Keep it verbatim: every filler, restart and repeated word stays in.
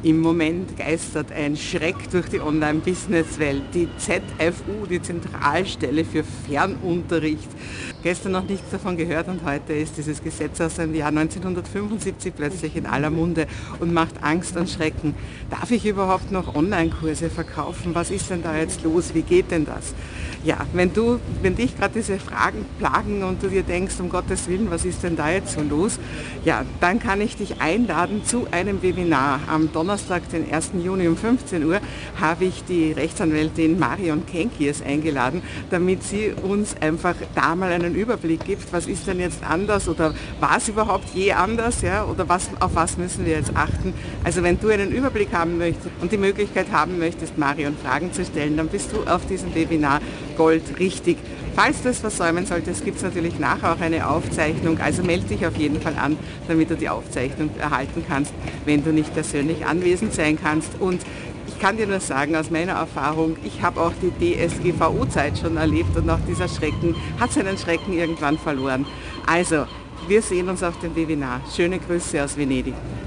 Im Moment geistert ein Schreck durch die Online-Business-Welt. Die Z F U, die Zentralstelle für Fernunterricht. Gestern noch nichts davon gehört und heute ist dieses Gesetz aus dem Jahr neunzehnhundertfünfundsiebzig plötzlich in aller Munde und macht Angst und Schrecken. Darf ich überhaupt noch Online-Kurse verkaufen? Was ist denn da jetzt los? Wie geht denn das? Ja, wenn du, wenn dich gerade diese Fragen plagen und du dir denkst, um Gottes Willen, was ist denn da jetzt so los? Ja, dann kann ich dich einladen zu einem Webinar. Am Donnerstag, den ersten Juni um fünfzehn Uhr, habe ich die Rechtsanwältin Marion Kenkies eingeladen, damit sie uns einfach da mal einen Überblick gibt, was ist denn jetzt anders oder war es überhaupt je anders, ja, oder was, auf was müssen wir jetzt achten. Also wenn du einen Überblick haben möchtest und die Möglichkeit haben möchtest, Marion Fragen zu stellen, dann bist du auf diesem Webinar Gold richtig. Falls du es versäumen solltest, gibt es natürlich nachher auch eine Aufzeichnung, also melde dich auf jeden Fall an, damit du die Aufzeichnung erhalten kannst, wenn du nicht persönlich anwesend sein kannst. Und ich kann dir nur sagen, aus meiner Erfahrung, ich habe auch die D S G V O-Zeit schon erlebt und auch dieser Schrecken hat seinen Schrecken irgendwann verloren. Also, wir sehen uns auf dem Webinar. Schöne Grüße aus Venedig.